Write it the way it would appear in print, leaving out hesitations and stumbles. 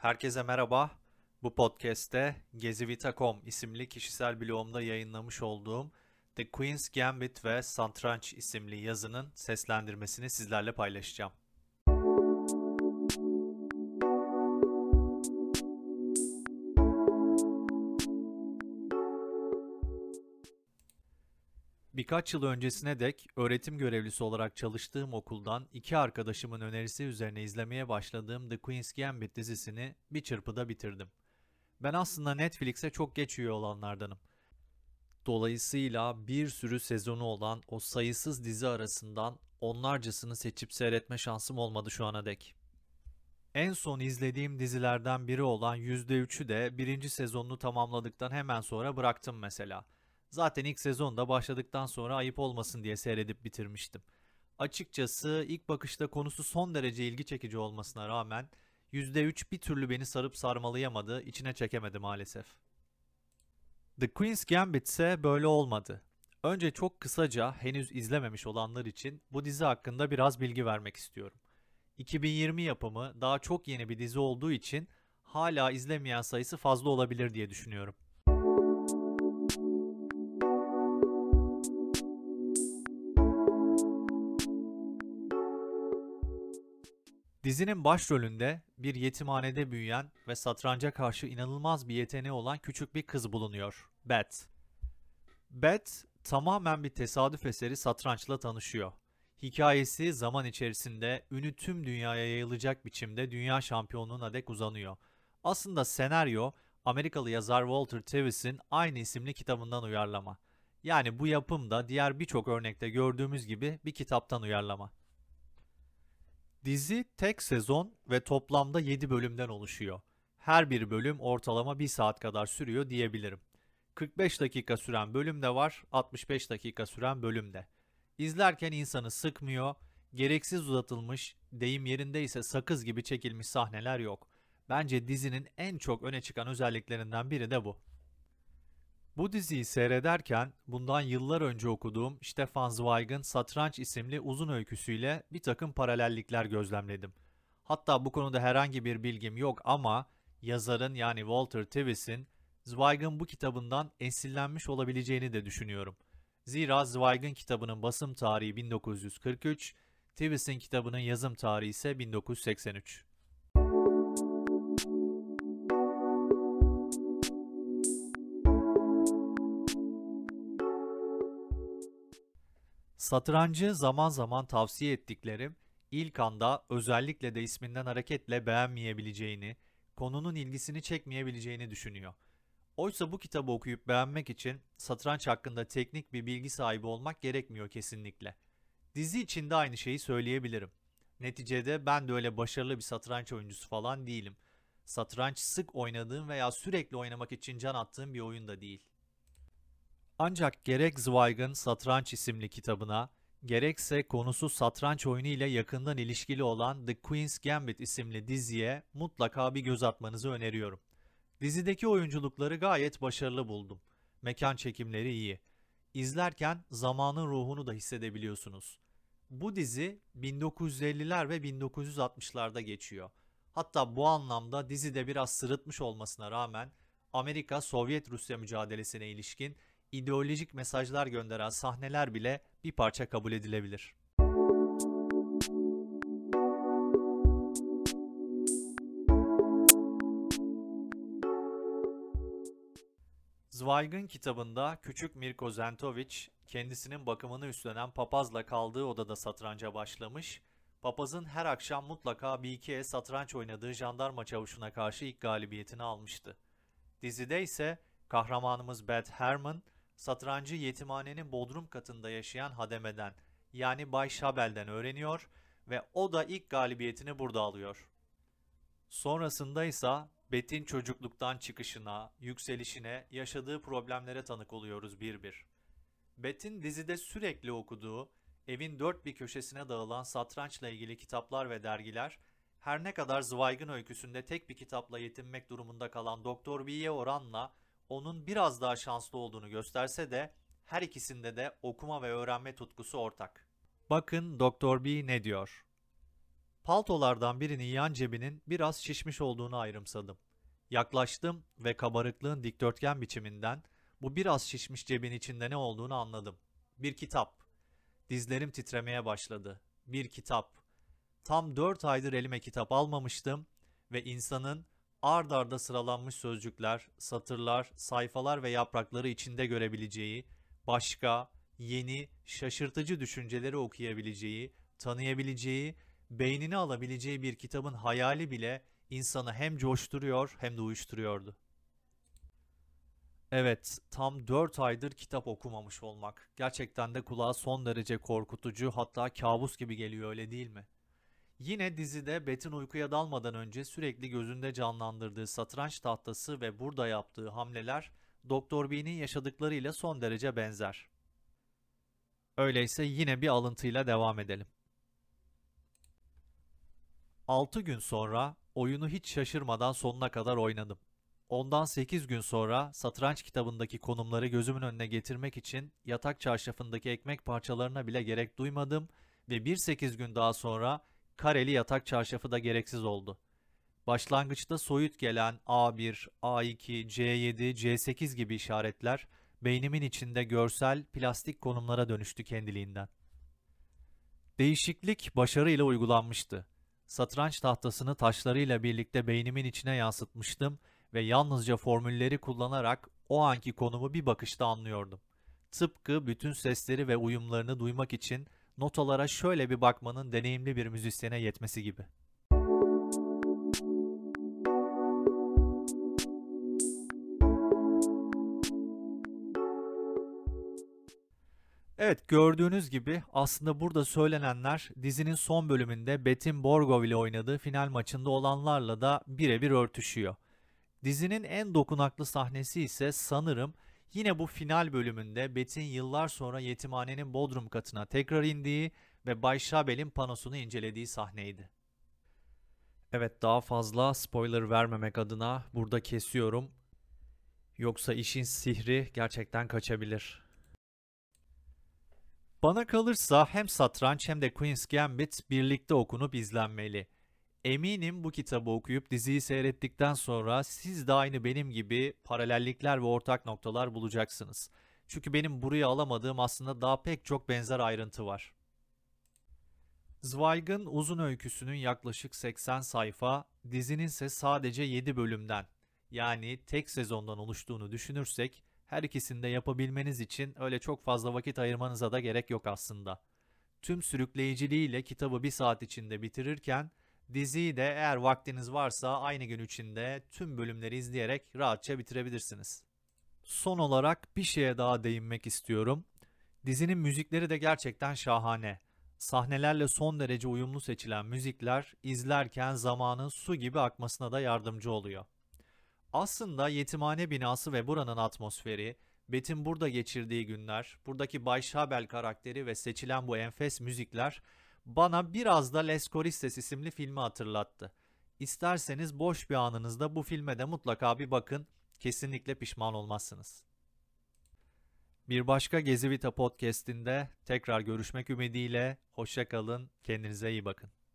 Herkese merhaba. Bu podcast'te GeziVita.com isimli kişisel blogumda yayınlamış olduğum The Queen's Gambit ve Satranç isimli yazının seslendirmesini sizlerle paylaşacağım. Birkaç yıl öncesine dek öğretim görevlisi olarak çalıştığım okuldan iki arkadaşımın önerisi üzerine izlemeye başladığım The Queen's Gambit dizisini bir çırpıda bitirdim. Ben aslında Netflix'e çok geç üye olanlardanım. Dolayısıyla bir sürü sezonu olan o sayısız dizi arasından onlarcasını seçip seyretme şansım olmadı şu ana dek. En son izlediğim dizilerden biri olan %3'ü de birinci sezonunu tamamladıktan hemen sonra bıraktım mesela. Zaten ilk sezonda başladıktan sonra ayıp olmasın diye seyredip bitirmiştim. Açıkçası ilk bakışta konusu son derece ilgi çekici olmasına rağmen %3 bir türlü beni sarıp sarmalayamadı, içine çekemedi maalesef. The Queen's Gambit ise böyle olmadı. Önce çok kısaca henüz izlememiş olanlar için bu dizi hakkında biraz bilgi vermek istiyorum. 2020 yapımı daha çok yeni bir dizi olduğu için hala izlemeyen sayısı fazla olabilir diye düşünüyorum. Dizinin başrolünde bir yetimhanede büyüyen ve satranca karşı inanılmaz bir yeteneği olan küçük bir kız bulunuyor, Beth. Beth tamamen bir tesadüf eseri satrançla tanışıyor. Hikayesi zaman içerisinde ünü tüm dünyaya yayılacak biçimde dünya şampiyonluğuna dek uzanıyor. Aslında senaryo Amerikalı yazar Walter Tevis'in aynı isimli kitabından uyarlama. Yani bu yapım da diğer birçok örnekte gördüğümüz gibi bir kitaptan uyarlama. Dizi tek sezon ve toplamda 7 bölümden oluşuyor. Her bir bölüm ortalama 1 saat kadar sürüyor diyebilirim. 45 dakika süren bölüm de var, 65 dakika süren bölüm de. İzlerken insanı sıkmıyor, gereksiz uzatılmış, deyim yerindeyse sakız gibi çekilmiş sahneler yok. Bence dizinin en çok öne çıkan özelliklerinden biri de bu. Bu diziyi seyrederken bundan yıllar önce okuduğum Stefan Zweig'ın Satranç isimli uzun öyküsüyle bir takım paralellikler gözlemledim. Hatta bu konuda herhangi bir bilgim yok ama yazarın yani Walter Tevis'in Zweig'ın bu kitabından esinlenmiş olabileceğini de düşünüyorum. Zira Zweig'ın kitabının basım tarihi 1943, Tevis'in kitabının yazım tarihi ise 1983. Satrancı zaman zaman tavsiye ettiklerim, ilk anda özellikle de isminden hareketle beğenmeyebileceğini, konunun ilgisini çekmeyebileceğini düşünüyor. Oysa bu kitabı okuyup beğenmek için satranç hakkında teknik bir bilgi sahibi olmak gerekmiyor kesinlikle. Dizi için de aynı şeyi söyleyebilirim. Neticede ben de öyle başarılı bir satranç oyuncusu falan değilim. Satranç sık oynadığım veya sürekli oynamak için can attığım bir oyun da değil. Ancak gerek Zweig'ın Satranç isimli kitabına, gerekse konusu satranç oyunu ile yakından ilişkili olan The Queen's Gambit isimli diziye mutlaka bir göz atmanızı öneriyorum. Dizideki oyunculukları gayet başarılı buldum. Mekan çekimleri iyi. İzlerken zamanın ruhunu da hissedebiliyorsunuz. Bu dizi 1950'ler ve 1960'larda geçiyor. Hatta bu anlamda dizide biraz sırıtmış olmasına rağmen Amerika-Sovyet Rusya mücadelesine ilişkin ideolojik mesajlar gönderen sahneler bile bir parça kabul edilebilir. Zweig'ın kitabında küçük Mirko Zentovic, kendisinin bakımını üstlenen papazla kaldığı odada satranca başlamış, papazın her akşam mutlaka bir iki satranç oynadığı jandarma çavuşuna karşı ilk galibiyetini almıştı. Dizide ise kahramanımız Beth Harmon, satrancı yetimhanenin bodrum katında yaşayan hademeden, yani Bay Şabel'den öğreniyor ve o da ilk galibiyetini burada alıyor. Sonrasında ise Beth'in çocukluktan çıkışına, yükselişine, yaşadığı problemlere tanık oluyoruz bir bir. Beth'in dizide sürekli okuduğu, evin dört bir köşesine dağılan satrançla ilgili kitaplar ve dergiler, her ne kadar Zweig'ın öyküsünde tek bir kitapla yetinmek durumunda kalan Doktor B'ye oranla onun biraz daha şanslı olduğunu gösterse de her ikisinde de okuma ve öğrenme tutkusu ortak. Bakın Doktor B ne diyor? Paltolardan birinin yan cebinin biraz şişmiş olduğunu ayrımsadım. Yaklaştım ve kabarıklığın dikdörtgen biçiminden bu biraz şişmiş cebin içinde ne olduğunu anladım. Bir kitap. Dizlerim titremeye başladı. Bir kitap. Tam 4 aydır elime kitap almamıştım ve insanın ard arda sıralanmış sözcükler, satırlar, sayfalar ve yaprakları içinde görebileceği, başka, yeni, şaşırtıcı düşünceleri okuyabileceği, tanıyabileceği, beynini alabileceği bir kitabın hayali bile insanı hem coşturuyor hem de uyuşturuyordu. Evet, tam 4 aydır kitap okumamış olmak. Gerçekten de kulağa son derece korkutucu, hatta kabus gibi geliyor, öyle değil mi? Yine dizide Beth'in uykuya dalmadan önce sürekli gözünde canlandırdığı satranç tahtası ve burada yaptığı hamleler Doktor B'nin yaşadıklarıyla son derece benzer. Öyleyse yine bir alıntıyla devam edelim. 6 gün sonra oyunu hiç şaşırmadan sonuna kadar oynadım. Ondan 8 gün sonra satranç kitabındaki konumları gözümün önüne getirmek için yatak çarşafındaki ekmek parçalarına bile gerek duymadım ve 8 gün daha sonra kareli yatak çarşafı da gereksiz oldu. Başlangıçta soyut gelen A1, A2, C7, C8 gibi işaretler beynimin içinde görsel, plastik konumlara dönüştü kendiliğinden. Değişiklik başarıyla uygulanmıştı. Satranç tahtasını taşlarıyla birlikte beynimin içine yansıtmıştım ve yalnızca formülleri kullanarak o anki konumu bir bakışta anlıyordum. Tıpkı bütün sesleri ve uyumlarını duymak için notalara şöyle bir bakmanın deneyimli bir müzisyene yetmesi gibi. Evet, gördüğünüz gibi aslında burada söylenenler dizinin son bölümünde Betim Borgov ile oynadığı final maçında olanlarla da birebir örtüşüyor. Dizinin en dokunaklı sahnesi ise sanırım yine bu final bölümünde Bet'in yıllar sonra yetimhanenin bodrum katına tekrar indiği ve Bay Şabel'in panosunu incelediği sahneydi. Evet, daha fazla spoiler vermemek adına burada kesiyorum. Yoksa işin sihri gerçekten kaçabilir. Bana kalırsa hem satranç hem de Queen's Gambit birlikte okunup izlenmeli. Eminim bu kitabı okuyup diziyi seyrettikten sonra siz de aynı benim gibi paralellikler ve ortak noktalar bulacaksınız. Çünkü benim buraya alamadığım aslında daha pek çok benzer ayrıntı var. Zweig'ın uzun öyküsünün yaklaşık 80 sayfa, dizinin ise sadece 7 bölümden, yani tek sezondan oluştuğunu düşünürsek, her ikisini de yapabilmeniz için öyle çok fazla vakit ayırmanıza da gerek yok aslında. Tüm sürükleyiciliğiyle kitabı bir saat içinde bitirirken, diziyi de eğer vaktiniz varsa aynı gün içinde tüm bölümleri izleyerek rahatça bitirebilirsiniz. Son olarak bir şeye daha değinmek istiyorum. Dizinin müzikleri de gerçekten şahane. Sahnelerle son derece uyumlu seçilen müzikler izlerken zamanın su gibi akmasına da yardımcı oluyor. Aslında yetimhane binası ve buranın atmosferi, Bet'in burada geçirdiği günler, buradaki Bay Şabel karakteri ve seçilen bu enfes müzikler bana biraz da Les Choristes isimli filmi hatırlattı. İsterseniz boş bir anınızda bu filme de mutlaka bir bakın, kesinlikle pişman olmazsınız. Bir başka Gezi Vita podcast'inde tekrar görüşmek ümidiyle, hoşça kalın, kendinize iyi bakın.